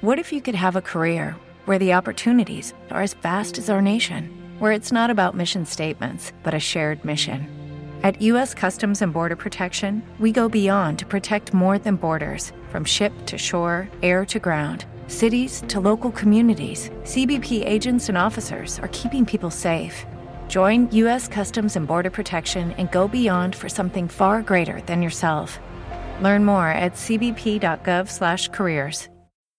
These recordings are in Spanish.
What if you could have a career where the opportunities are as vast as our nation, where it's not about mission statements, but a shared mission? At U.S. Customs and Border Protection, we go beyond to protect more than borders. From ship to shore, air to ground, cities to local communities, CBP agents and officers are keeping people safe. Join U.S. Customs and Border Protection and go beyond for something far greater than yourself. Learn more at cbp.gov/careers.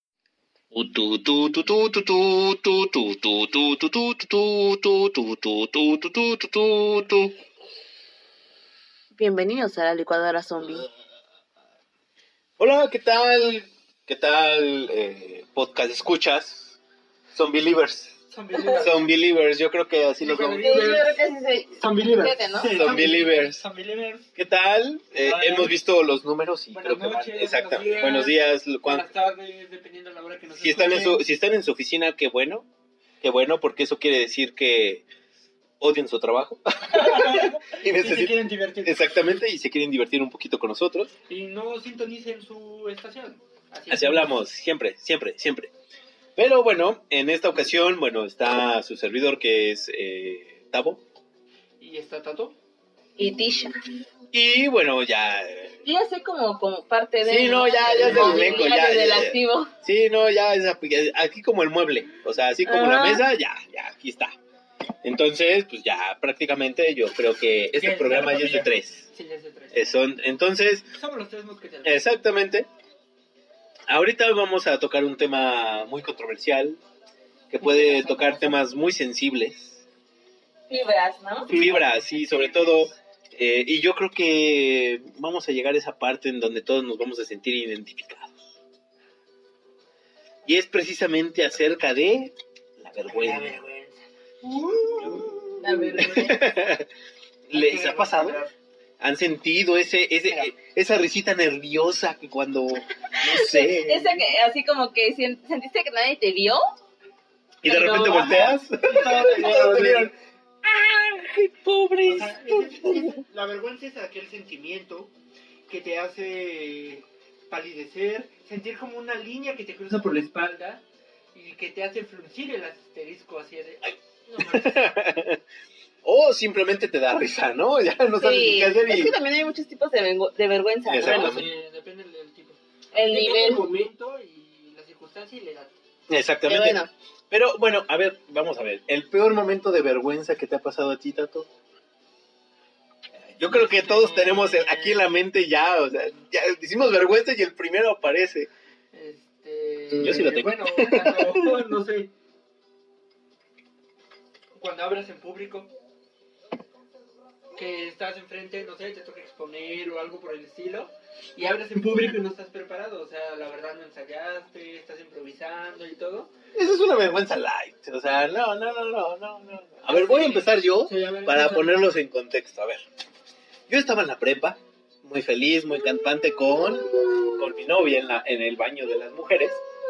Bienvenidos a la licuadora zombie. Hola, ¿qué tal? ¿Qué tal? Podcast escuchas. Zombie-livers. Zombie-livers, yo creo que así lo Yo creo que sí se... Zombie-livers. ¿no? Zombie-livers. Zombie-livers. ¿Qué tal? Hemos visto los números y Buenas creo que noches, exacto. buenos días, Buenos días. buenas tardes, dependiendo de la hora que nos Si están escuchen. en su oficina, qué bueno, porque eso quiere decir que odian su trabajo. Y se quieren divertir. Exactamente, y se quieren divertir un poquito con nosotros. Y no sintonicen su estación. Así hablamos, siempre. Pero bueno, en esta ocasión, está su servidor que es Tavo. Y está Tato. Y Tisha. Y bueno, ya... Yo ya sé como parte de... Sí, no, ya es del elenco, ya. Del activo. Sí, no, ya es aquí como el mueble. O sea, así como la mesa, ya, aquí está. Entonces, pues ya prácticamente yo creo que este programa ya es de 3. Sí, ya es de 3. Entonces... Somos los 3 mosqueteros. Exactamente. Ahorita vamos a tocar un tema muy controversial, que puede tocar temas muy sensibles. Fibras, ¿no? Fibras, sí, sobre todo. Y yo creo que vamos a llegar a esa parte en donde todos nos vamos a sentir identificados. Y Y es acerca de la vergüenza. La vergüenza. ¿Les ha pasado? ¿Han sentido esa risita nerviosa que cuando, no sé... Esa que así como que sentiste que nadie te vio. Y de repente volteas. Todos te vieron. ¡Ay, pobres! O sea, la vergüenza es aquel sentimiento que te hace palidecer, sentir como una línea que te cruza por la espalda y que te hace fruncir el asterisco así de... ¡Ay, no manches! O simplemente te da risa, ¿no? Ya no sabes ni qué hacer. Es que también hay muchos tipos de vergüenza. Exacto. Bueno, sí, depende del tipo. El nivel. El momento y la circunstancia y la edad. Exactamente. Pero bueno, a ver, vamos a ver. ¿El peor momento de vergüenza que te ha pasado a ti, Tato? Yo creo que todos tenemos aquí en la mente ya, o sea, ya decimos vergüenza y el primero aparece. Yo sí lo tengo. Bueno, no sé. Cuando hablas en público, que estás enfrente, no sé, te toca exponer o algo por el estilo, y hablas en público y no estás preparado, o sea, la verdad no ensayaste, estás improvisando y todo. Eso es una vergüenza light, o sea, no. A ver, voy a empezar yo para ponerlos en contexto, a ver. Yo estaba en la prepa, muy feliz, muy cantante con mi novia en el baño de las mujeres,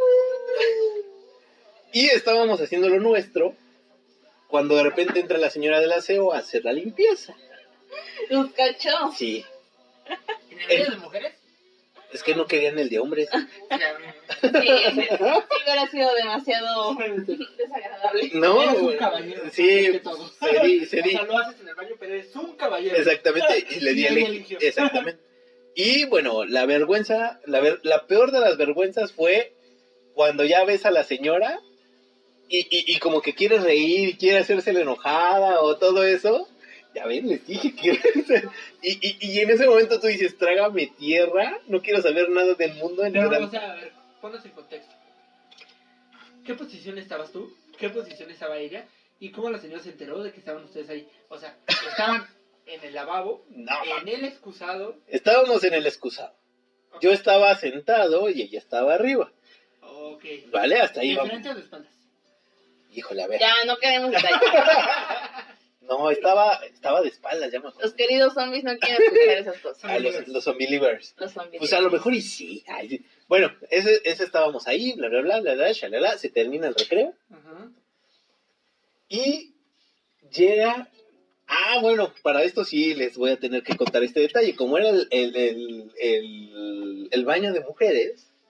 y estábamos haciendo lo nuestro, cuando de repente entra la señora del aseo a hacer la limpieza. ¿Los cachó? Sí. ¿En el baño de mujeres? Es que no querían el de hombres. Sí, hubiera sido demasiado desagradable. No, eres un caballero. Sí, O sea, lo haces en el baño, pero eres un caballero. Exactamente, y le di el eligió. exactamente. Y bueno, la vergüenza, la peor de las vergüenzas fue cuando ya ves a la señora y como que quiere reír, quiere hacerse la enojada o todo eso. Ya ven, les dije que... y en ese momento tú dices, trágame tierra, no quiero saber nada del mundo. Pero, o sea, a ver, ponnos en contexto. ¿Qué posición estabas tú? ¿Qué posición estaba ella? ¿Y cómo la señora se enteró de que estaban ustedes ahí? O sea, estaban en el lavabo, en el excusado. Estábamos en el excusado. Okay. Yo estaba sentado y ella estaba arriba. Ok. Vale, hasta ahí ¿De vamos. frente o de espaldas? Híjole, a ver. Ya, no queremos detalles. No, estaba de espaldas, ya me acuerdo. Los queridos zombies no quieren escuchar esas cosas. Los zombie-livers. Los zombies. Pues a lo mejor y sí. Ay, sí. Bueno, ese estábamos ahí, bla, shalala, se termina el recreo. Uh-huh. Y llega... Ah, bueno, para esto sí les voy a tener que contar este detalle. Como era el baño de mujeres,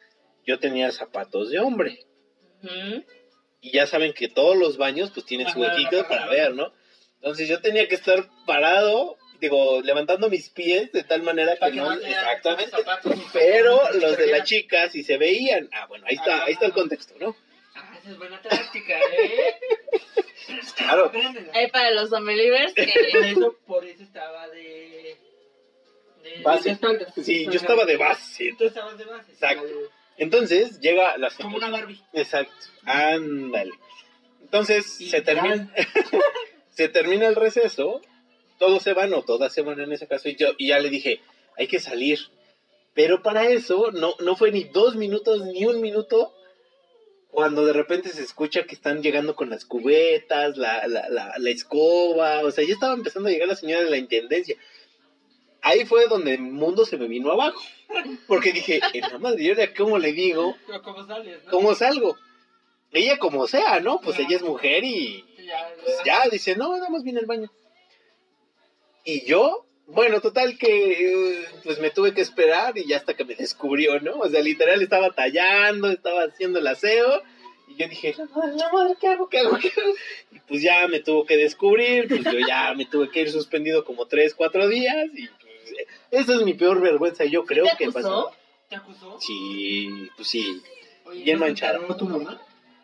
yo tenía zapatos de hombre. Ujú. Y ya saben que todos los baños pues tienen su huequito para ver, ¿no? Entonces yo tenía que estar parado, levantando mis pies de tal manera que no... Exactamente. Pero los de la chica sí se veían. Ah, bueno, ahí está el contexto, ¿no? Ah, esa es buena táctica, ¿eh? Claro. Apréndela. Ahí para los unbelievers que... Por eso estaba de Base. espaldas. Sí, yo estaba de base. Tú estabas de base. Exacto. Entonces llega la Como una Barbie. Exacto. Ándale. Entonces Y se termina el receso, todos se van o todas se van en ese caso y ya le dije, hay que salir. Pero para eso no fue ni 2 minutos ni 1 minuto cuando de repente se escucha que están llegando con las cubetas, la escoba, o sea, ya estaba empezando a llegar la señora de la intendencia. Ahí fue donde el mundo se me vino abajo. Porque dije, en la madre, ¿y ahora cómo le digo? Pero ¿cómo sales, no? ¿Cómo salgo? Ella como sea, ¿no? Pues ella es mujer y pues ya dice, no, nada más viene al baño. Y yo, bueno, total que pues me tuve que esperar y ya hasta que me descubrió, ¿no? O sea, literal estaba tallando, estaba haciendo el aseo y yo dije, la madre, ¿qué hago? Y pues ya me tuvo que descubrir, pues yo ya me tuve que ir suspendido como 3, 4 días y pues esa es mi peor vergüenza, yo creo te que acusó? pasó. ¿Te acusó? Sí, pues sí. Oye, Bien ¿no se manchado. enteró tu mamá?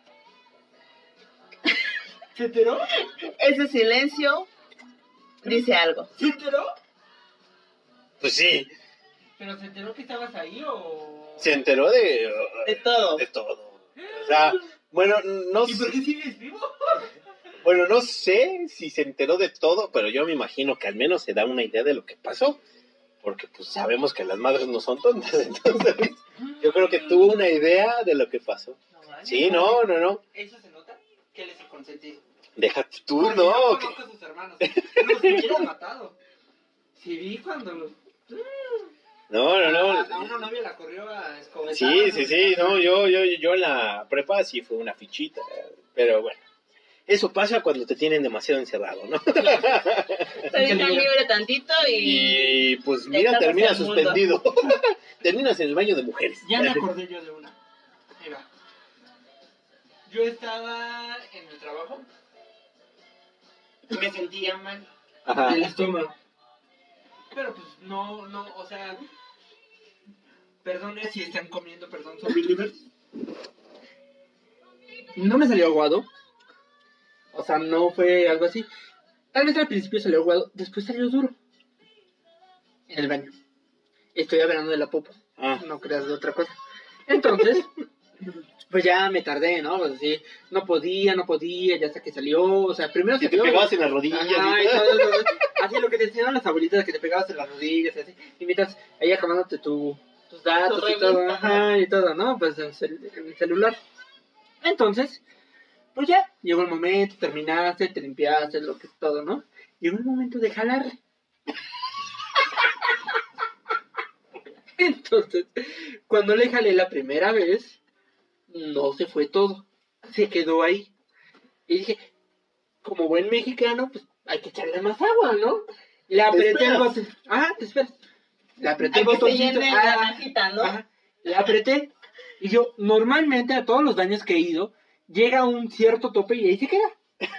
¿Se enteró? Ese silencio dice algo. ¿Se enteró? Pues sí, ¿Pero se enteró que estabas ahí o...? se enteró de todo. de todo. O sea, bueno, no ¿Y por sé, qué sigues vivo? bueno, no sé si se enteró de todo, pero yo me imagino que al menos se da una idea de lo que pasó. Porque pues sabemos que las madres no son tontas, entonces yo creo que tuvo una idea de lo que pasó. No, manches. Sí, no. ¿Eso se nota? Que él es el consentido. Deja tú, Porque no. yo que- conozco a sus hermanos. Los hubieran matado. Si vi cuando... No. A una novia la corrió a escobetar. Sí, no, yo en la prepa sí fue una fichita, pero bueno. Eso pasa cuando te tienen demasiado encerrado, ¿no? Te dejan libre tantito y... Y pues Te mira, escapas terminas del mundo. suspendido. Terminas en el baño de mujeres. Ya me acordé yo de una. Ahí va. Yo estaba en el trabajo. Me sentía mal. Ajá. Del estómago. Pero pues no, o sea... Perdone si están comiendo, perdón, son believers. No me salió aguado. O sea, no fue algo así. Tal vez al principio salió aguado, después salió duro. En el baño. Estoy hablando de la popa. Ah. No creas de otra cosa. Entonces, pues ya me tardé, ¿no? Pues así, no podía, ya hasta que salió. O sea, primero Y te salió. pegabas en las rodillas. Ajá, y y todo. Así lo que te enseñaron las abuelitas, que te pegabas en las rodillas y así. Y mientras ella acabándote tus datos Tu y todo. revista, Ajá, y todo, ¿no? Pues en el celular. Entonces, pues ya, llegó el momento, terminaste, te limpiaste, lo que todo, ¿no? Llegó el momento de jalarle. Entonces, cuando le jalé la primera vez, no se fue todo. Se quedó ahí. Y dije, como buen mexicano, pues hay que echarle más agua, ¿no? Le apreté el botón. Ah, te esperas. Le apreté A el que se botoncito. llene la cajita, ¿no? Ajá. Le apreté. Y yo, normalmente, a todos los baños que he ido, llega a un cierto tope y ahí se queda.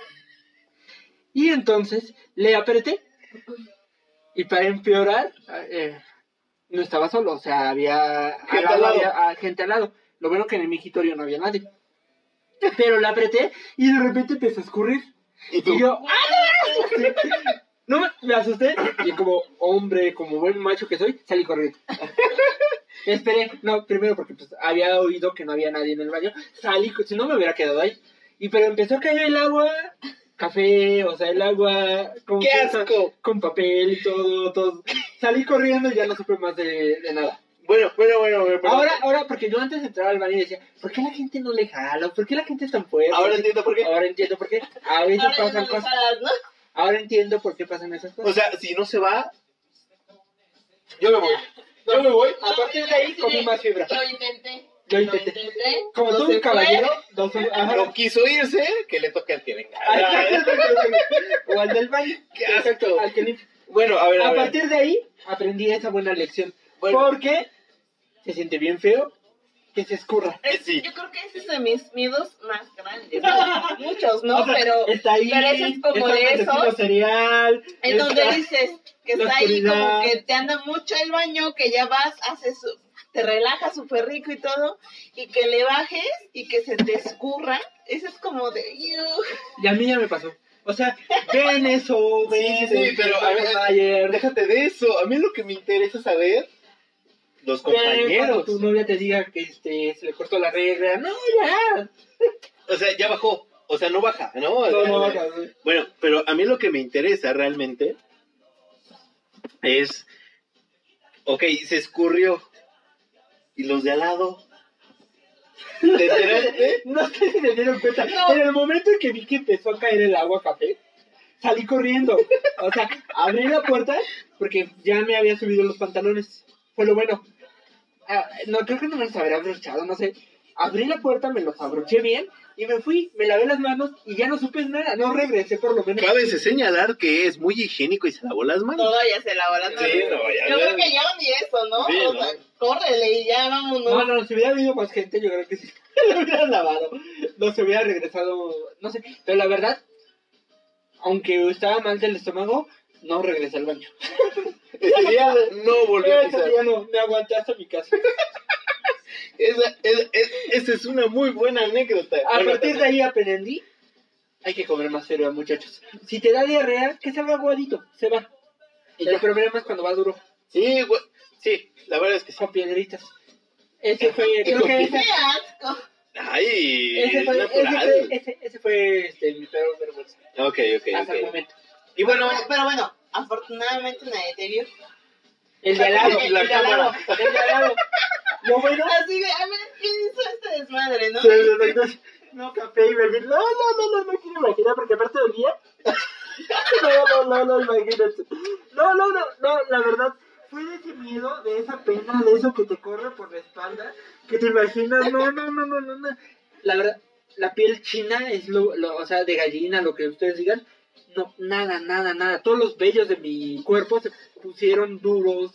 Y entonces, le apreté. Y para empeorar, no estaba solo. O sea, había Gente al lado. gente al lado. Lo bueno que en el migitorio no había nadie. Pero le apreté y de repente empezó a escurrir. Y tú, Y yo, ¡ah! No, me asusté. Y como hombre, como buen macho que soy, salí corriendo. Esperé, no, primero porque pues había oído que no había nadie en el baño. Salí, si no me hubiera quedado ahí. Pero empezó a caer el agua, café, o sea, el agua con, ¡qué asco! con papel y todo. Salí corriendo y ya no supe más de nada. Bueno, pero- Ahora, porque yo antes entraba al baño y decía, ¿por qué la gente no le jala? ¿Por qué la gente es tan fuerte? Ahora entiendo por qué. Ahora entiendo por qué. A veces Ahora ya pasan no me cosas. paras, ¿no? Ahora entiendo por qué pasan esas cosas. O sea, si no se va, yo me voy. A partir de ahí comí más fibra. Lo intenté. Lo intenté. Como no tú, se un caballero, ajá. No quiso irse, que le toque al que venga. O al del baño. ¡Qué asco! Exacto, al que limpia. Bueno, a ver. A partir de ahí aprendí esa buena lección. Bueno. Porque se siente bien feo que se escurra. Sí. Yo creo que ese es de mis miedos más grandes. Bueno, muchos, ¿no? O sea, pero está ahí, ese es como está de un asesino esos serial, en donde está dices que la está ahí como oscuridad. que te anda mucho el baño, que ya vas, te relajas súper rico y todo, y que le bajes y que se te escurra. Ese es como de... Y a mí ya me pasó. O sea, ven eso, ven Sí, pero a ver, ayer. déjate de eso. A mí lo que me interesa saber, los Cuando compañeros. tu novia te diga que se le cortó la regla, no, ya. O sea, ya bajó. O sea, no baja, ¿no? No baja, güey. Bueno, pero a mí lo que me interesa realmente es... Ok, se escurrió. ¿Y los de al lado? ¿Te enteraste? No sé si se dieron cuenta. No. En el momento en que vi que empezó a caer el agua café, salí corriendo. O sea, abrí la puerta porque ya me había subido los pantalones. Fue lo bueno. No, creo que no me los habría abrochado, no sé. Abrí la puerta, me los abroché bien y me fui, me lavé las manos y ya no supe nada. No regresé por lo menos. Cabe señalar que es muy higiénico y se lavó las manos. Todo ya se lavó las manos. Sí, no, ya, Yo ya. creo que ya ni eso, ¿no? Sí, o ¿no? sea, córrele y ya vámonos. No, si hubiera habido más gente, yo creo que sí lo hubieran lavado. No se hubiera regresado, no sé. Pero la verdad, aunque estaba mal del estómago, no regresé al baño. Ese día no volvió a Ese pisar. día no, me aguanté hasta mi casa. Esa es una muy buena anécdota. A Bueno, partir de ahí aprendí, hay que comer más cereal, muchachos. Si te da diarrea, que salga aguadito, se va. El problema es cuando va duro, Sí, sí, la verdad es que sí. con piedritas. Ese fue, creo que ¡Qué asco! Ay, ese es fue, natural. ese fue mi peor vergüenza. Ok, Hasta el ok. momento. Y bueno, Pero bueno, afortunadamente nadie te vio. El de al lado, La el de al lado, cámara. el de al lado. Lo bueno, Así de, a ver, ¿quién hizo este desmadre, no? no, café y beber. No quiero imaginar, porque aparte del día. No, imagínate. No, la verdad, fue de ese miedo, de esa pena, de eso que te corre por la espalda, que te imaginas, no. La verdad, la piel china es o sea, de gallina, lo que ustedes digan. No, nada. Todos los vellos de mi cuerpo se pusieron duros,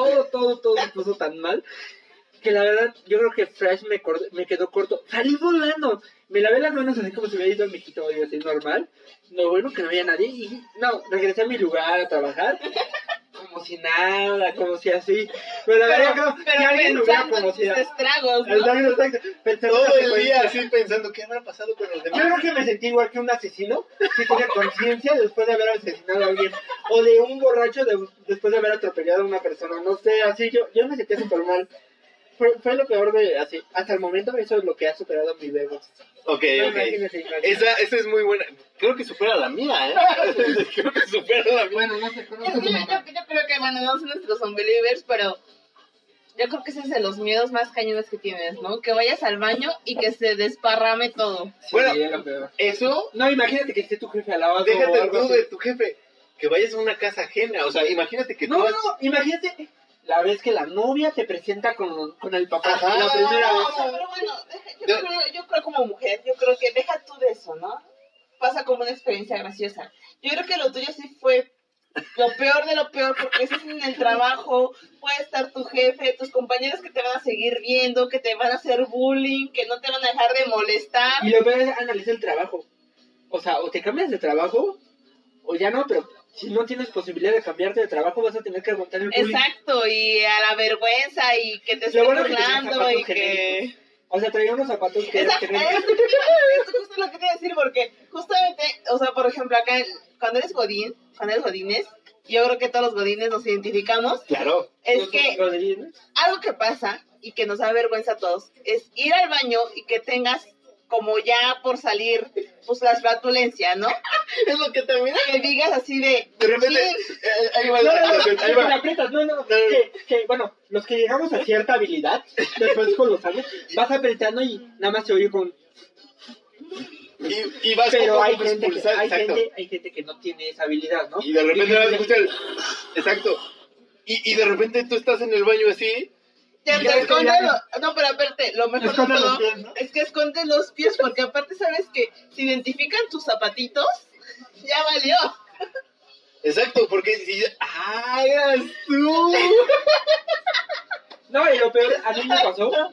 todo se puso tan mal. Que la verdad, yo creo que Flash me quedó corto. Salí volando. Me lavé las manos así como si hubiera ido a mi quito, así normal. No, bueno, que no había nadie. Y no, regresé a mi lugar a trabajar. Como si nada, como si así. Pero la verdad, creo que Pero alguien lo hubiera pensando en tus conocido. estragos, ¿no? Exacto. Pensando todo en la el día secuencia. así pensando, ¿qué habrá pasado con los Yo demás? creo que me sentí igual que un asesino, si tenía conciencia después de haber asesinado a alguien, o de un borracho después de haber atropellado a una persona, no sé, así yo me sentía súper mal. Fue lo peor de, así, hasta el momento eso es lo que ha superado mi bebé. Ok, No, ok. imagínate. Esa es muy buena. Creo que supera la mía, ¿eh? Creo que supera la mía. Bueno, no sé, Es que yo creo que, bueno, no son nuestros unbelievers, pero yo creo que ese es de los miedos más cañones que tienes, ¿no? Que vayas al baño y que se desparrame todo. Bueno, Sí, lo peor. eso, No, imagínate que esté tu jefe al lado. déjate o algo tú así. de tu jefe. Que vayas a una casa ajena. O sea, imagínate que tú No, vas... imagínate la vez que la novia te presenta con el papá Ajá. la primera vez. O sea, pero bueno, yo creo como mujer, yo creo que deja tú de eso, ¿no? Pasa como una experiencia graciosa. Yo creo que lo tuyo sí fue lo peor de lo peor, porque estás en el trabajo, puede estar tu jefe, tus compañeros que te van a seguir viendo, que te van a hacer bullying, que no te van a dejar de molestar. Y lo peor es analizar el trabajo. O sea, o te cambias de trabajo, o ya no, pero si no tienes posibilidad de cambiarte de trabajo, vas a tener que aguantar el bullying. Exacto, y a la vergüenza, y que te Lo estén bueno que tenía burlando, zapatos y que... genéricos. O sea, traía unos zapatos que eran Exacto, genéricos. es justo lo que te iba a decir, porque justamente, o sea, por ejemplo, acá, cuando eres godines, yo creo que todos los godines nos identificamos, Claro. es que Godines. algo que pasa, y que nos da vergüenza a todos, es ir al baño y que tengas como ya por salir, pues la flatulencia, ¿no? Es lo que también... Que digas así de... De repente... "Sí". ahí va No, la no, situación, ahí que va. le aprietas, que, bueno, los que llegamos a cierta habilidad, después con los años, vas apretando y nada más se oye con... Y vas Pero poco a hay poco gente, expulsar, exacto. hay gente que no tiene esa habilidad, ¿no? Y de repente que- vas a escuchar el... Exacto. Y de repente tú estás en el baño así... Ya Y te ya esconde ya- no, pero aparte, lo mejor de Esconde los todo pies, ¿no? es que esconde los pies, porque aparte sabes que si identifican tus zapatitos, ya valió. Exacto, porque si... ¡Ah, eras tú! No, y lo peor, a mí me pasó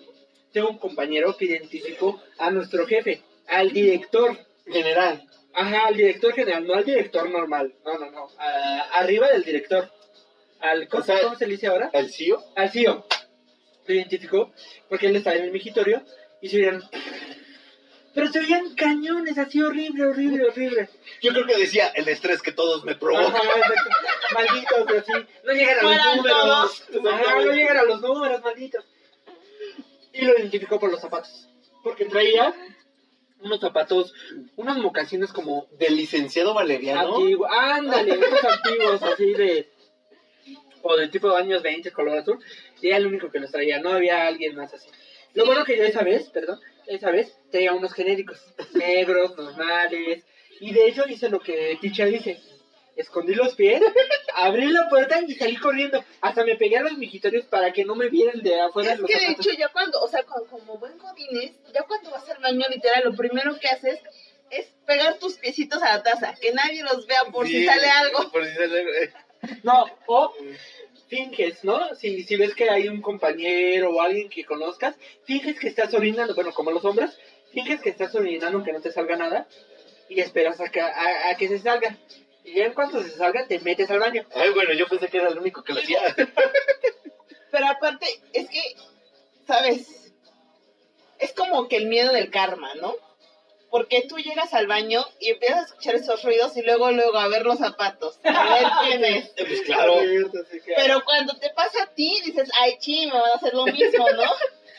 tengo un compañero que identificó a nuestro jefe, al director General. Ajá, al director general, no al director normal. No. Arriba del director. ¿Cómo se le dice ahora? ¿Al CEO? Al CEO. Lo identificó porque él estaba en el migitorio y se oían... Pero se oían cañones, así horrible. Yo creo que decía el estrés que todos me provocan. Ajá, malditos, así. No llegan a los números. Ajá, no llegan a los números, malditos. Y lo identificó por los zapatos. Porque traía unos zapatos, unos mocasines como... ¿Del licenciado Valeriano? Antiguo, ándale, unos antiguos, así de... O de tipo de años 20, color azul. Y era el único que los traía, no había alguien más así. Lo bueno que yo esa vez traía unos genéricos, negros, normales. Y de hecho hice lo que Ticha dice. Escondí los pies, abrí la puerta y salí corriendo. Hasta me pegué a los mijitorios para que no me vieran de afuera. Es que de hecho ya cuando, o sea, como buen godines, ya cuando vas al baño literal, lo primero que haces es pegar tus piecitos a la taza, que nadie los vea por si sale algo. Por si sale algo. No, o finges, ¿no? Si ves que hay un compañero o alguien que conozcas, finges que estás orinando, bueno, como los hombres, finges que estás orinando aunque no te salga nada y esperas a que se salga. Y ya en cuanto se salga, te metes al baño. Ay, bueno, yo pensé que era el único que lo hacía. Pero aparte, es que, ¿sabes? Es como que el miedo del karma, ¿no? Porque tú llegas al baño y empiezas a escuchar esos ruidos y luego a ver los zapatos. A ver quién es. Pues claro. Pero cuando te pasa a ti, dices, ay, me van a hacer lo mismo, ¿no?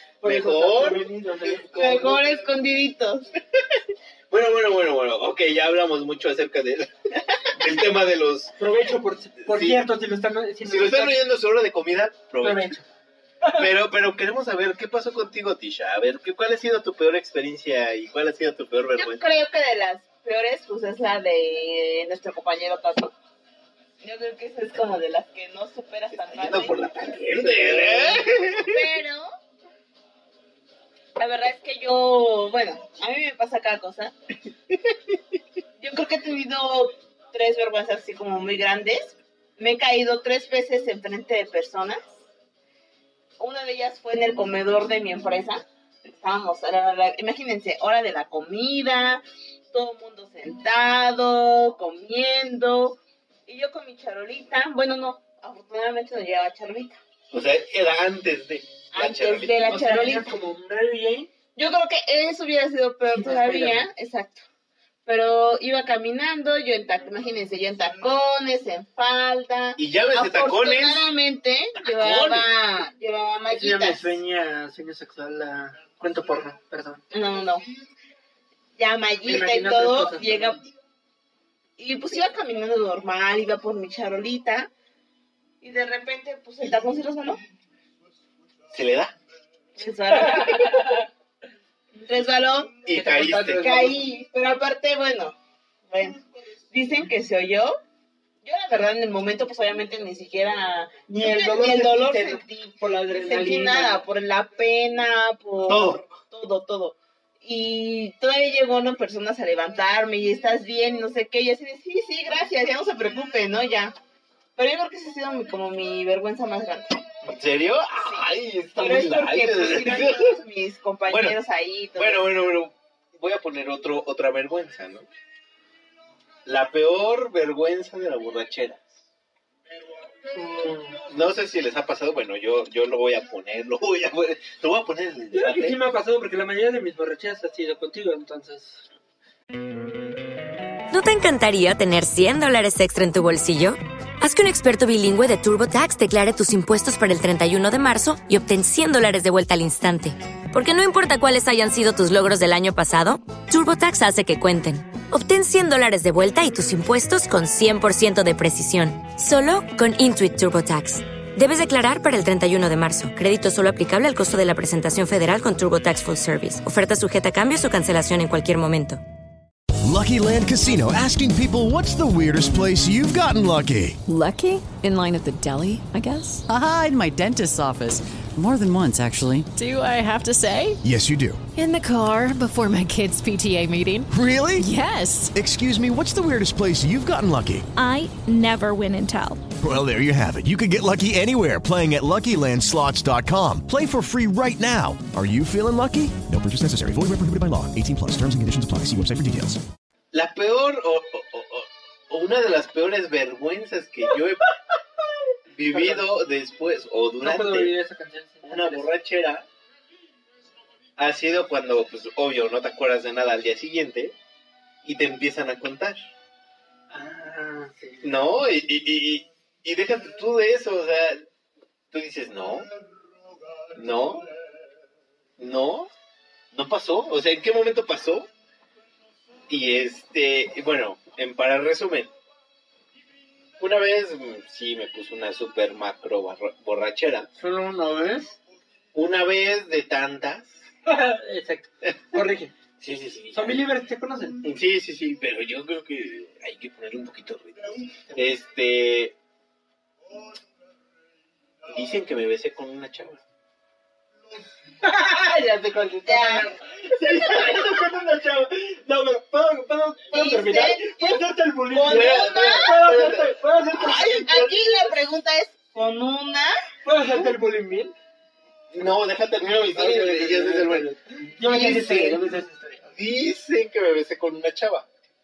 Mejor escondiditos. Bueno. Ok, ya hablamos mucho acerca del tema de los... Provecho, por sí. Cierto, si lo están oyendo su hora de comida, provecho. Pero queremos saber, ¿qué pasó contigo, Tisha? A ver, ¿cuál ha sido tu peor experiencia y cuál ha sido tu peor vergüenza? Yo creo que de las peores, pues es la de nuestro compañero Tato. Yo creo que esa es como de las que no superas tan mal. Por la tangente, Pero la verdad es que yo, a mí me pasa cada cosa. Yo creo que he tenido 3 vergüenzas así como muy grandes. Me he caído 3 veces enfrente de personas. Una de ellas fue en el comedor de mi empresa. Estábamos, imagínense, hora de la comida, todo el mundo sentado, comiendo, y yo con mi charolita. Bueno, no, afortunadamente no llevaba charolita. O sea, era antes de la charolita. De la charolita. Como Mary Jane. Yo creo que eso hubiera sido peor todavía, exacto. Pero iba caminando, imagínense, yo en tacones, en falda. Y ya ves de tacones. Afortunadamente llevaba mallitas. Ya me sueño sexual, cuento porno, perdón. No. Ya mallita y todo, llega. Y pues iba caminando normal, iba por mi charolita. Y de repente, pues el tacón se resbaló. ¿Se le da? Resbaló. Y caíste. Caí, pero aparte, bueno, dicen que se oyó. Yo la verdad en el momento pues obviamente ni siquiera ni el dolor sentí por la adrenalina, sentí nada, por la pena, por todo. Y todavía llegó una persona a levantarme y estás bien, no sé qué, y así de sí, gracias, ya no se preocupe, ¿no? Ya. Pero yo creo que esa ha sido como mi vergüenza más grande. ¿En serio? Sí. Ay, está pero muy es porque pues, iban todos mis compañeros ahí. Todo. Bueno, voy a poner otra vergüenza, ¿no? La peor vergüenza de la borrachera. No sé si les ha pasado, bueno, yo lo voy a poner, lo voy a poner en el debate. Yo creo que sí ¿eh? me ha pasado porque la mayoría de mis borracheras ha sido contigo, entonces... ¿No te encantaría tener $100 extra en tu bolsillo? Haz que un experto bilingüe de TurboTax declare tus impuestos para el 31 de marzo y obtén $100 de vuelta al instante. Porque no importa cuáles hayan sido tus logros del año pasado, TurboTax hace que cuenten. Obtén $100 de vuelta y tus impuestos con 100% de precisión. Solo con Intuit TurboTax. Debes declarar para el 31 de marzo. Crédito solo aplicable al costo de la presentación federal con TurboTax Full Service. Oferta sujeta a cambios o cancelación en cualquier momento. Lucky Land Casino, asking people, what's the weirdest place you've gotten lucky? Lucky? In line at the deli, I guess? Aha, in my dentist's office. More than once, actually. Do I have to say? Yes, you do. In the car before my kids' PTA meeting. Really? Yes. Excuse me, what's the weirdest place you've gotten lucky? I never win and tell. Well, there you have it. You can get lucky anywhere, playing at LuckyLandSlots.com. Play for free right now. Are you feeling lucky? No purchase necessary. Void where prohibited by law. 18+. Terms and conditions apply. See website for details. La peor o una de las peores vergüenzas que yo he vivido después o durante una borrachera ha sido cuando, pues, obvio, no te acuerdas de nada al día siguiente y te empiezan a contar. Sí. No, y déjate tú de eso, o sea, tú dices, no pasó, o sea, ¿en qué momento pasó? Y bueno, para resumen, una vez sí me puse una super macro borrachera. ¿Solo una vez? Una vez de tantas. Exacto, corrige. Sí. ¿Zombie Livers te conocen? Sí, pero yo creo que hay que ponerle un poquito de ruido. Dicen que me besé con una chava. Ya te conté. Con una chava. No, ¿puedo terminar? ¿Puedo hacerte el bullying? ¿Puedo hacerte Aquí la pregunta es, ¿con una? ¿Puedo hacerte el bullying bien? No, déjate terminar mi historia. Yo me sé esa historia. Dicen que me besé con una chava.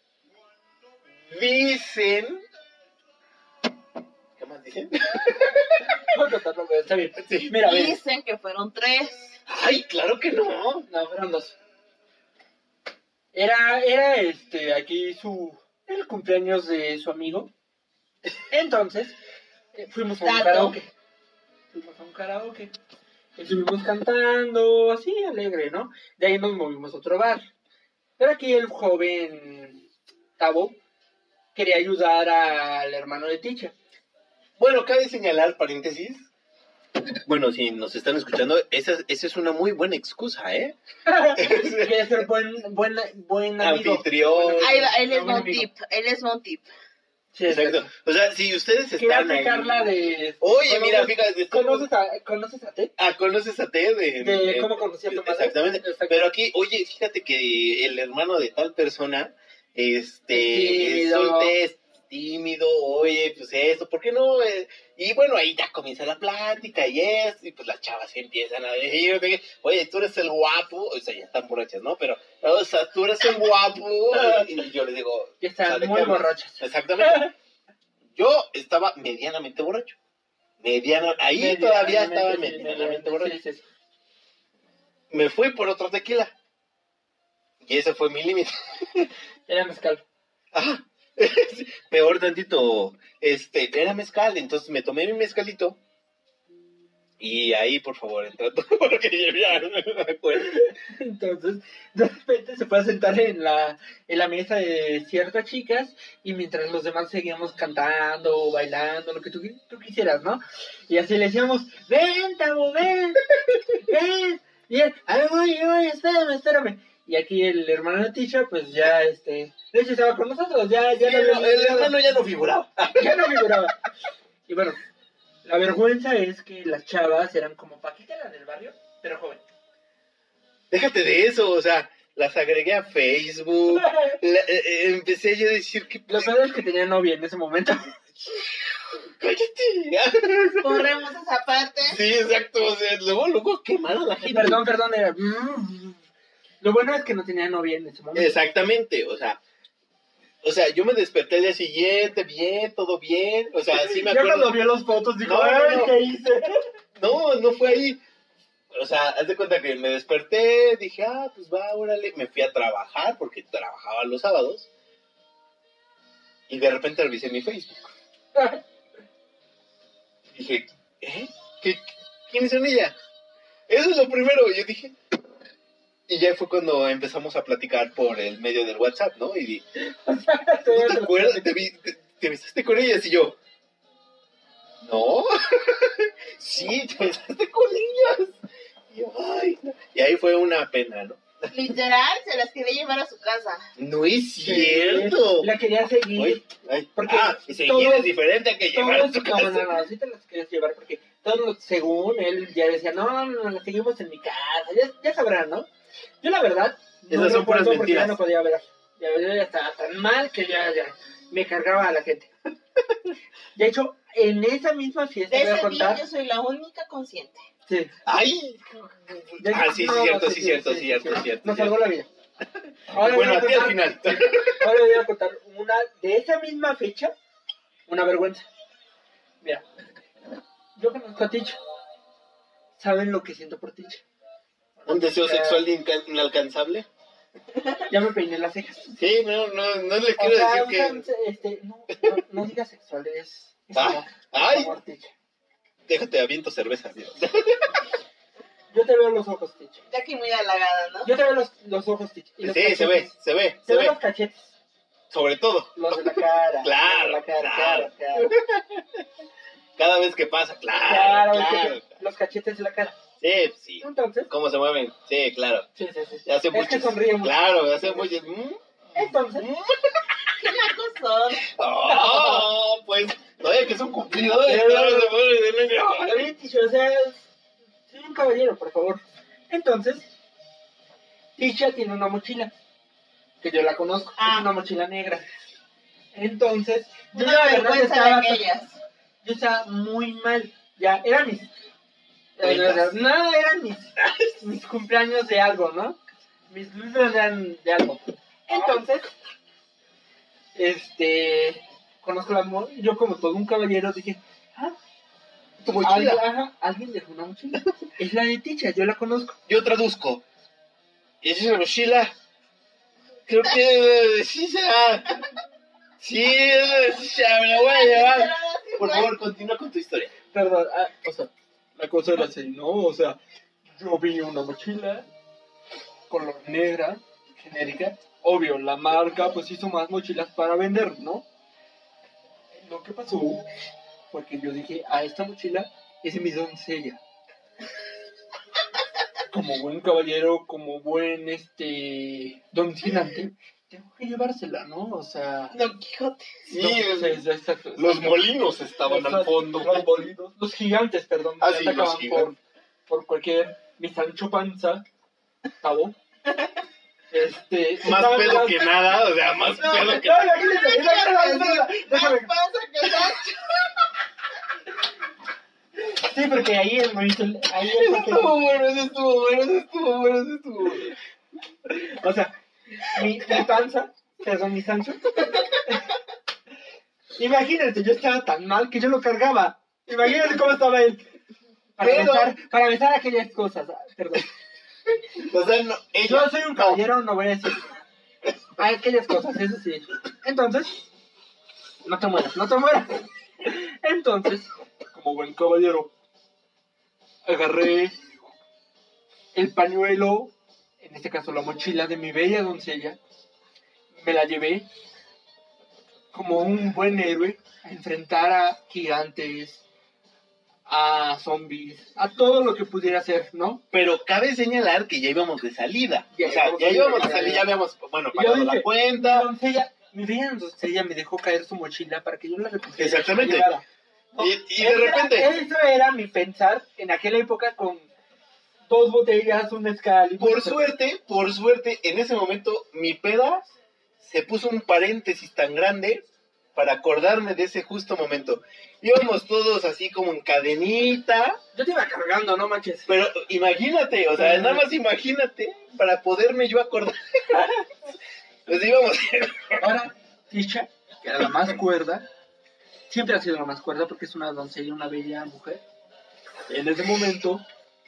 Dicen... ¿Qué más dicen? Está bien. Sí. Mira, Dicen que fueron 3. Ay, claro que no. No, fueron 2. Era aquí el cumpleaños de su amigo. Entonces, fuimos a un karaoke. Estuvimos cantando, así, alegre, ¿no? De ahí nos movimos a otro bar. Pero aquí el joven Tavo quería ayudar al hermano de Ticha. Bueno, cabe señalar, paréntesis. Bueno, si nos están escuchando, esa es una muy buena excusa, ¿eh? Quiere ser buen amigo. Anfitrión. Él es un tip. Sí, exacto. O sea, si ustedes están ahí... Oye, mira, fíjate... ¿Conoces a Ted? ¿Conoces a Ted? De cómo conocí a tu madre. Exactamente. Pero aquí, oye, fíjate que el hermano de tal persona, tímido, oye, pues eso, ¿por qué no? Y bueno, ahí ya comienza la plática y pues las chavas empiezan a decir, oye, tú eres el guapo, o sea, ya están borrachas, ¿no? Pero, o sea, tú eres el guapo, y yo les digo... Ya están muy borrachas. Exactamente. Yo estaba medianamente borracho. Todavía estaba medianamente borracho. Sí. Me fui por otro tequila. Y ese fue mi límite. Era mezcal. Ajá. Peor tantito, era mezcal, entonces me tomé mi mezcalito y ahí, por favor, entra todo porque ya no me acuerdo. Entonces, de repente se fue a sentar en la mesa de ciertas chicas y mientras los demás seguíamos cantando o bailando, lo que tú quisieras, ¿no? Y así le decíamos, ven, Tavo, ven, y él, a ver, voy, espérame. Y aquí el hermano de Ticha, pues ya, de hecho estaba con nosotros, ya el hermano ya no figuraba. Y bueno, la vergüenza es que las chavas eran como Paquita, la del barrio, pero joven. Déjate de eso, o sea, las agregué a Facebook, empecé yo a decir que... Lo peor es que tenía novia en ese momento. ¡Cállate! Corremos esa parte. Sí, exacto, o sea, luego quemar a la gente. Perdón, era... Lo bueno es que no tenía novia en ese momento. Exactamente, o sea, yo me desperté el día siguiente, bien, todo bien, o sea, sí me acuerdo. Yo cuando vi las fotos dijo, ¿qué hice? No fue ahí. O sea, haz de cuenta que me desperté, dije, pues va, órale, me fui a trabajar, porque trabajaba los sábados, y de repente revisé mi Facebook. Dije, ¿quién es ella? Eso es lo primero, yo dije... Y ya fue cuando empezamos a platicar por el medio del WhatsApp, ¿no? Y ¿no te acuerdas? ¿Te besaste con ellas? Y yo, ¿no? Sí, te besaste con ellas. Y yo, ay, no. Y ahí fue una pena, ¿no? Literal, se las quería llevar a su casa. No es cierto. La quería seguir. Uy, ay. Porque seguir todos- es diferente a que llevar a tu casa. No, sí te las querías llevar porque todos, según él, ya decía, no, las seguimos en mi casa, ya sabrán, ¿no? Yo la verdad, Esas son puras porque mentiras. ya no podía ver. Ya estaba tan mal que ya me cargaba a la gente. De hecho, en esa misma fiesta De voy a ese día contar. yo soy la única consciente. Sí. ¡Ay! Sí, cierto. Nos salvó la vida. Ahora Bueno, voy a ti al contar- final. Ahora voy a contar una de esa misma fecha, una vergüenza. Mira, yo conozco a Ticha. ¿Saben lo que siento por Ticha? ¿Un deseo sexual inalcanzable? Ya me peiné las cejas. Sí, no le O quiero sea, decir que... no digas sexual, es Ah, amor. ay. Amor, Ticha. Déjate, aviento cerveza, Dios. Yo te veo los ojos, Ticha. Ya que muy halagada, ¿no? Yo te veo los ojos, Ticha. Y los Sí, se cachetes. ve. Se ven los cachetes. Sobre todo. Los de la cara. Claro, Los de la claro. cara. Cada vez que pasa, claro. Los cachetes de la cara. Sí. Entonces, ¿Cómo se mueven? Sí, claro. sí. Hace Es mucho. que sonríe mucho. Claro, hace mucho. Entonces, ¿Qué nacos son? Oh, pues, todavía que son cumplidores. David, o sea, soy un caballero, por favor. Entonces, Tisha tiene una mochila, que yo la conozco, es una mochila negra. Entonces, yo Una la verdad vergüenza de aquellas. yo estaba muy mal. Ya, eran mis... Cuentas. No, eran mis cumpleaños de algo, ¿no? Mis luces eran de algo. Entonces, conozco la mochila, yo como todo un caballero dije, Tu mochila. alguien dejó una mochila. Es la de Ticha, yo la conozco. Yo traduzco. ¿Esa es la mochila? Creo que sí será. Sí, me la voy a llevar. Por favor, continúa con tu historia. Perdón, o sea, la cosa era así, ¿no? O sea, yo vi una mochila, color negra, genérica. Obvio, la marca pues hizo más mochilas para vender, ¿no? Lo que pasó fue que yo dije, esta mochila es mi doncella. Como buen caballero, como buen, don Cinante, tengo que llevársela, ¿no? O sea... Don Quijote. Sí, exacto. los molinos estaban al fondo. Los molinos, los gigantes, perdón. Ah, que sí, los atacaban gigantes. por cualquier... Mi Sancho Panza, Tabo. Más pedo que nada, o sea, más pedo que nada. Más pasa que Sancho. Sí, porque ahí el monito... Ahí Eso estuvo bueno. O sea, mi panza, perdón, mi Sancho. Imagínate, yo estaba tan mal que yo lo cargaba. Imagínate cómo estaba él. Para besar aquellas cosas. Perdón. O sea, no, Yo soy un caballero, no voy a decir. Aquellas cosas, eso sí. Entonces, no te mueras. Entonces, como buen caballero, agarré el pañuelo, en este caso la mochila de mi bella doncella, me la llevé como un buen héroe a enfrentar a gigantes, a zombies, a todo lo que pudiera ser, ¿no? Pero cabe señalar que ya íbamos de salida. Ya O sea, íbamos ya de íbamos de salida. salida, ya habíamos, bueno, Y yo pagado dije, la cuenta. Mi bella doncella me dejó caer su mochila para que yo la recogiera. Exactamente. y la llevara. Y de repente... Eso era mi pensar en aquella época con 2 botellas, un mezcal y... Por suerte, en ese momento, mi peda se puso un paréntesis tan grande para acordarme de ese justo momento. Íbamos todos así como en cadenita, Yo te iba cargando, no manches. pero imagínate, o sea, nada más imagínate para poderme yo acordar. Pues íbamos... Ahora, Tisha, que era la más cuerda, siempre ha sido la más cuerda porque es una doncella, una bella mujer. En ese momento,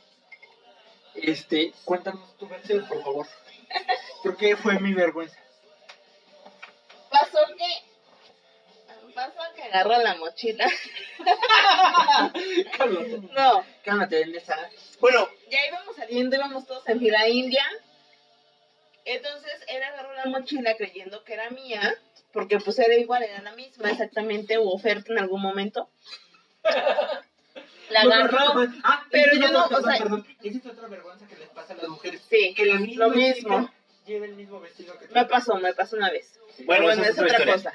cuéntanos tu versión, por favor. ¿Por qué fue mi vergüenza? Pasó que agarró la mochila. Cálmate. No, Cálmate, Nessa. Bueno, ya íbamos saliendo, íbamos todos en fila india. Entonces él agarró la mochila creyendo que era mía, porque pues era igual, era la misma exactamente, hubo oferta en algún momento. La agarró, pero yo no, o sea... Perdón. Esa es otra vergüenza que les pasa a las mujeres. Sí, que la misma lo mismo. chica lleva el mismo vestido que tú. Me pasó una vez. Bueno, esa es otra cosa.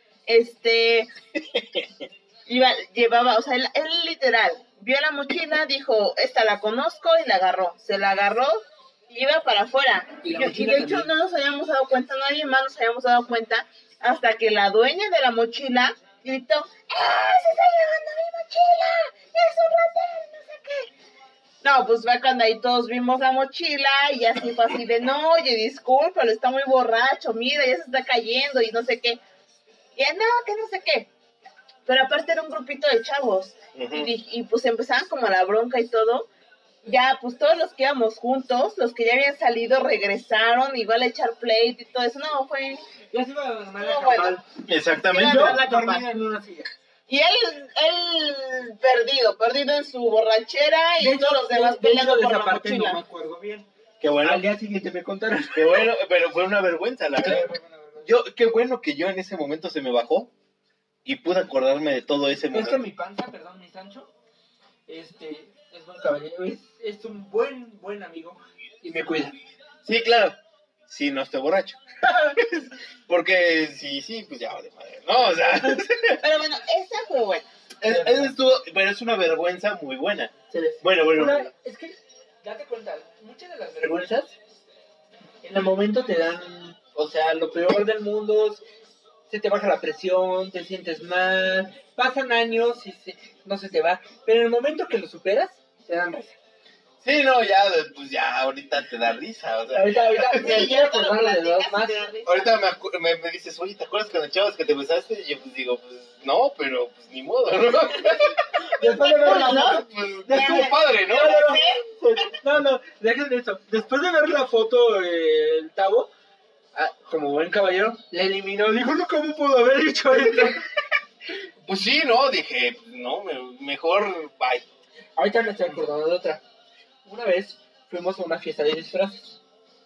Llevaba, o sea, él literal, vio la mochila, dijo, esta la conozco, y la agarró. Se la agarró y iba para afuera. Y la de mochila hecho también. no nos habíamos dado cuenta, nadie más nos habíamos dado cuenta, hasta que la dueña de la mochila gritó, ¡se está llevando mi mochila! ¡Es un ratero! No sé qué. No, pues fue cuando ahí todos vimos la mochila y así fue así de, no, oye, discúlpalo, está muy borracho, mira, ya se está cayendo y no sé qué. Y él, no, que no sé qué. Pero aparte era un grupito de chavos. Y pues empezaban como la bronca y todo. Ya, pues todos los que íbamos juntos, los que ya habían salido, regresaron, igual a echar pleito y todo eso. No, fue... Ya se iba a armar la No, campal. bueno. Exactamente. Yo- Yo dormía en una silla. Y él perdido en su borrachera y todos los demás de peleando hecho, de por esa la parte mochila. no me acuerdo bien. Qué bueno, Al día siguiente me contaron. qué bueno, pero fue una vergüenza, la verdad. Qué bueno que yo en ese momento se me bajó y pude acordarme de todo ese Es momento. que mi panza, perdón, mi Sancho, es buen caballero, es un buen amigo y me cuida. Sí, claro, si no estoy borracho. Porque sí, pues ya vale madre. No, o sea, Pero bueno, esa fue buena. eso estuvo, pero es una vergüenza muy buena. Se les- Bueno. Es que, date cuenta, muchas de las vergüenzas en el momento te dan, o sea, lo peor del mundo, se te baja la presión, te sientes mal, pasan años y no se te va, pero en el momento que lo superas, te dan risa. Sí, no, pues ya ahorita te da risa, o sea. Ahorita, Sí, me ya quiero te lo acordar de dos platicas y más. te da risa. Ahorita me dices, oye, ¿te acuerdas cuando chavas que te besaste? Y yo pues digo, pues no, pero pues ni modo, ¿no? Después de ver la foto, Pues estuvo padre, ¿no? no, déjenme eso. Después de ver la foto, el Tavo, como buen caballero, le eliminó. Dijo, no, ¿cómo pudo haber hecho esto? Pues sí, no, dije, no, mejor bye. Ahorita me estoy acordando de otra. Una vez fuimos a una fiesta de disfraces.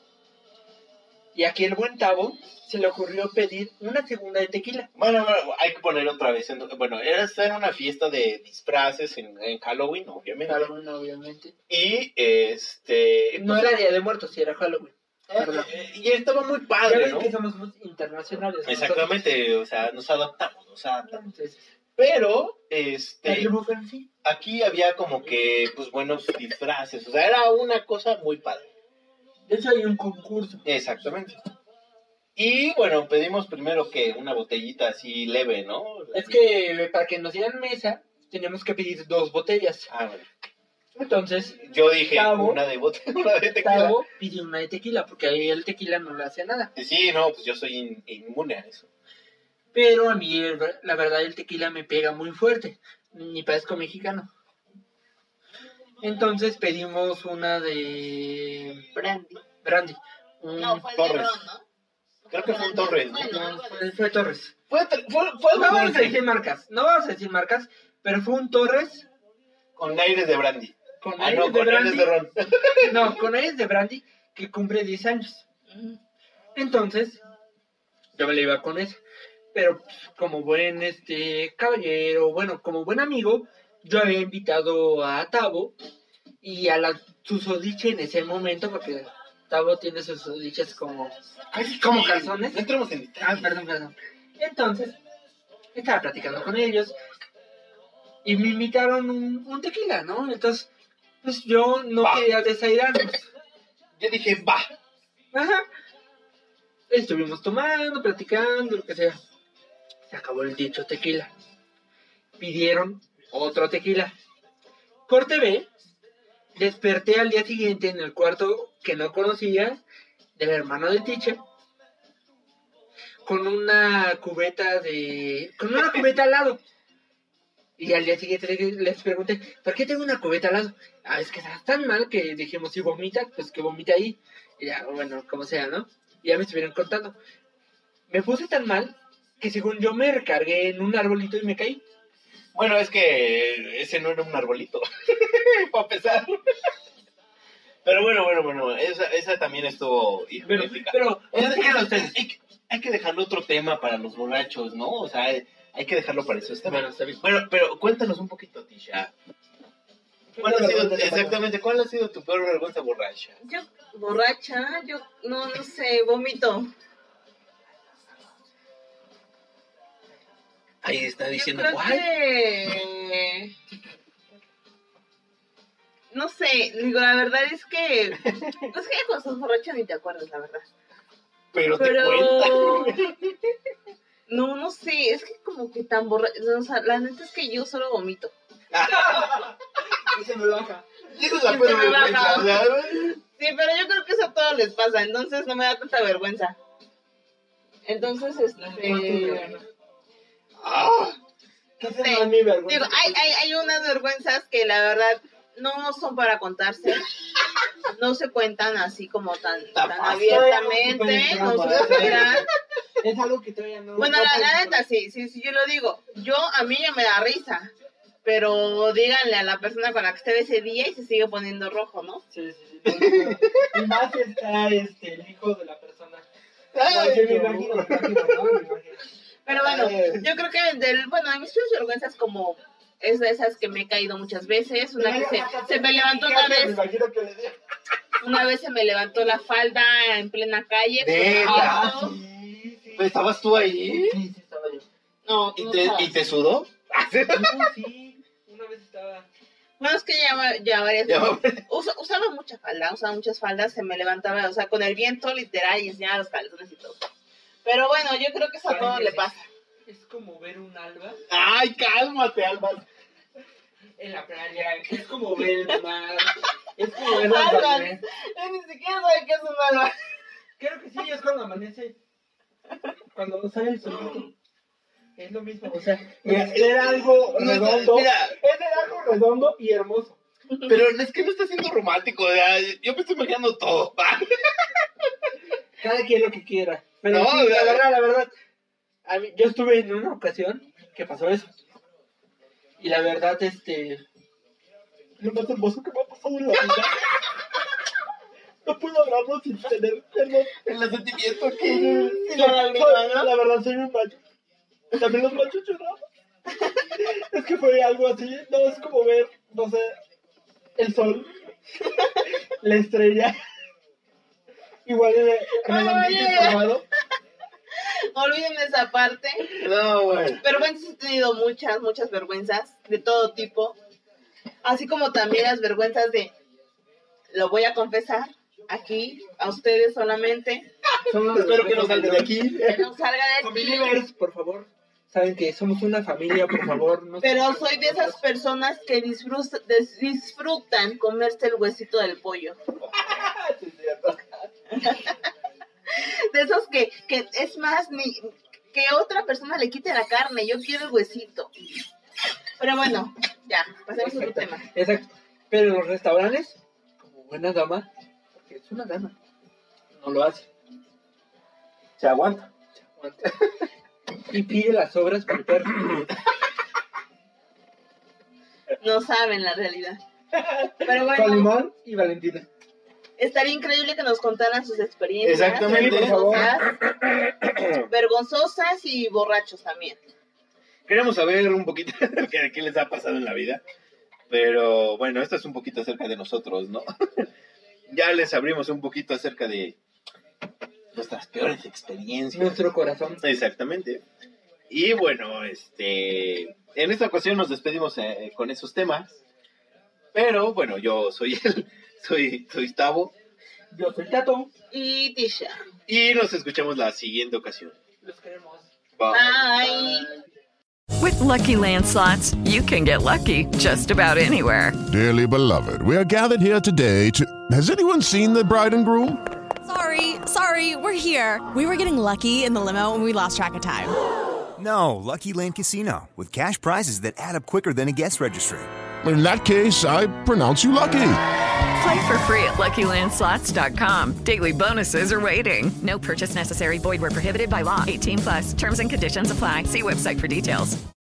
Y aquí el buen Tavo se le ocurrió pedir una segunda de tequila. Bueno, hay que poner otra vez. Bueno, era una fiesta de disfraces en Halloween, obviamente. Halloween, obviamente. Y No era Día de Muertos, sí era Halloween. Perdón. y estaba muy Ya padre, ven ¿no? que somos muy internacionales. Exactamente, o sea, nos adaptamos. Entonces, Pero, la tribu Fancy. aquí había como que, pues, buenos disfraces. O sea, era una cosa muy padre. De hecho hay un concurso. Exactamente. Y, bueno, pedimos primero que una botellita así leve, ¿no? Es que para que nos dieran mesa, teníamos que pedir 2 botellas. Ah, bueno. Entonces, Yo dije Tavo. una de tequila. Tavo pidió una de tequila, porque ahí el tequila no le hacía nada. Sí, no, pues yo soy inmune a eso. Pero a mí, la verdad, el tequila me pega muy fuerte. Ni parezco mexicano. Entonces pedimos una de brandy. No, fue de Torres. ron, ¿no? Creo que fue un Torres, ¿no? Bueno, No, algo así. fue Torres. Fue No vamos a decir marcas, pero fue un Torres con aires de brandy. con Ah, aires no, de con aires brandy. de ron. No, con aires de brandy que cumple 10 años. Entonces, yo me la iba con esa. Pero pues, como buen caballero, bueno, como buen amigo, yo había invitado a Tavo y a la susodicha en ese momento, porque Tavo tiene sus susodichas como calzones. No entremos en detalle. Perdón. Entonces, estaba platicando con ellos y me invitaron un tequila, ¿no? Entonces, pues yo no Va. quería desairarnos. Yo dije, va. Ajá. Estuvimos tomando, platicando, lo que sea. Se acabó el dicho tequila. Pidieron otro tequila. Corte B. Desperté al día siguiente en el cuarto que no conocía del hermano de Teacher. Con una cubeta al lado. Y al día siguiente les pregunté, ¿por qué tengo una cubeta al lado? Es que estás tan mal que dijimos, si vomita, pues que vomita ahí. Y ya, bueno, como sea, ¿no? Y ya me estuvieron contando. Me puse tan mal que según yo me recargué en un arbolito y me caí. Bueno, es que ese no era un arbolito. Para empezar. Pero bueno, esa también estuvo épica. Pero Hay que dejarlo otro tema para los borrachos, ¿no? O sea, hay que dejarlo para eso. Bueno, está bien. Bueno, pero cuéntanos un poquito, Tisha. ¿Cuál ha sido, exactamente, cuál ha sido tu peor vergüenza borracha? Yo, borracha, no sé, vomito. Ahí está diciendo, Yo creo ¿cuál? que... No sé, digo, la verdad es que... Pues que cuando estás borracho ni te acuerdas, la verdad. Pero te cuenta. No sé, es que como que tan borracho... O sea, la neta es que yo solo vomito. Y se me baja. Y esa es la Y peor se me vergüenza, baja. o sea, Sí, pero yo creo que eso a todos les pasa, entonces no me da tanta vergüenza. Entonces, ¿Qué Sí. es mi vergüenza? digo, hay unas vergüenzas que la verdad no son para contarse, no se cuentan así como tan abiertamente, no se esperan. Es algo que todavía no... Bueno, no la puedo- neta, sí, yo lo digo, a mí ya me da risa, pero díganle a la persona con la que esté ese día y se sigue poniendo rojo, ¿no? Sí. Y más si está el hijo de la persona. Ay, Sí, me no. imagino, ¿no? Me imagino. Pero bueno, yo creo que de mis peores vergüenzas como es de esas que me he caído muchas veces, una vez se me levantó Me imagino que le dio. una vez se me levantó la falda en plena calle. ¿Neta? Sí. ¿Estabas tú ahí? Sí, estaba yo. No, ¿Y no te, estabas. ¿y te sudó? No, sí. Una vez estaba... Bueno, es que ya varias Ya veces. Usaba muchas faldas, se me levantaba, o sea, con el viento literal y enseñaba los calzones y todo. Pero bueno, yo creo que eso a todos le pasa. Es como ver un alba Ay, cálmate, Alba. en la playa. Es como ver el mar. Es como ver la Alba, playa. ni siquiera sabe qué es un alba. Creo que sí, es cuando amanece. Cuando sale el sol. Es lo mismo. O sea, es ver algo redondo. Mira, Es ver algo redondo y hermoso. pero es que no está siendo romántico, o sea, yo me estoy imaginando todo. Cada quien lo que quiera. Pero No, sí, la- la verdad. A mí, yo estuve en una ocasión que pasó eso. Y la verdad, lo más hermoso que me ha pasado en la vida. No puedo hablarlo sin tener perdón. El sentimiento que... La verdad, soy un macho. También los machos lloraban. Es que fue algo así. No, es como ver, no sé, el sol, la estrella. Igual en el ambiente informado. Olviden esa parte. No, bueno. Pero bueno, sí he tenido muchas vergüenzas de todo tipo. Así como también las vergüenzas de, lo voy a confesar aquí, a ustedes solamente, Espero que no salga de aquí. que no salga de aquí. Believers, por favor. Saben que somos una familia, por favor. No Pero soy de esas personas que disfrutan comerse el huesito del pollo. De esos que es más, ni que otra persona le quite la carne, yo quiero el huesito. Pero bueno, ya, pasemos a otro tema. Exacto. Pero en los restaurantes, como buena dama, porque es una dama, no lo hace. Se aguanta. Se aguanta. Y pide las sobras para el perro. No saben la realidad. Pero Con bueno, limón y Valentina. estaría increíble que nos contaran sus experiencias. Exactamente. Vergonzosas y borrachos también. Queremos saber un poquito de qué les ha pasado en la vida. Pero bueno, esto es un poquito acerca de nosotros, ¿no? Ya les abrimos un poquito acerca de nuestras peores experiencias. Nuestro corazón. Exactamente. Y bueno, en esta ocasión nos despedimos con esos temas. Pero bueno, yo soy soy Tavo. Yo soy Tato. Y Tisha. Y nos escuchamos la siguiente ocasión. Los queremos. Bye. With Lucky Land Slots, you can get lucky just about anywhere. Dearly beloved, we are gathered here today to... Has anyone seen the bride and groom? Sorry, we're here. We were getting lucky in the limo and we lost track of time. No, Lucky Land Casino, with cash prizes that add up quicker than a guest registry. In that case, I pronounce you lucky. Play for free at LuckyLandSlots.com. Daily bonuses are waiting. No purchase necessary. Void where prohibited by law. 18+. Terms and conditions apply. See website for details.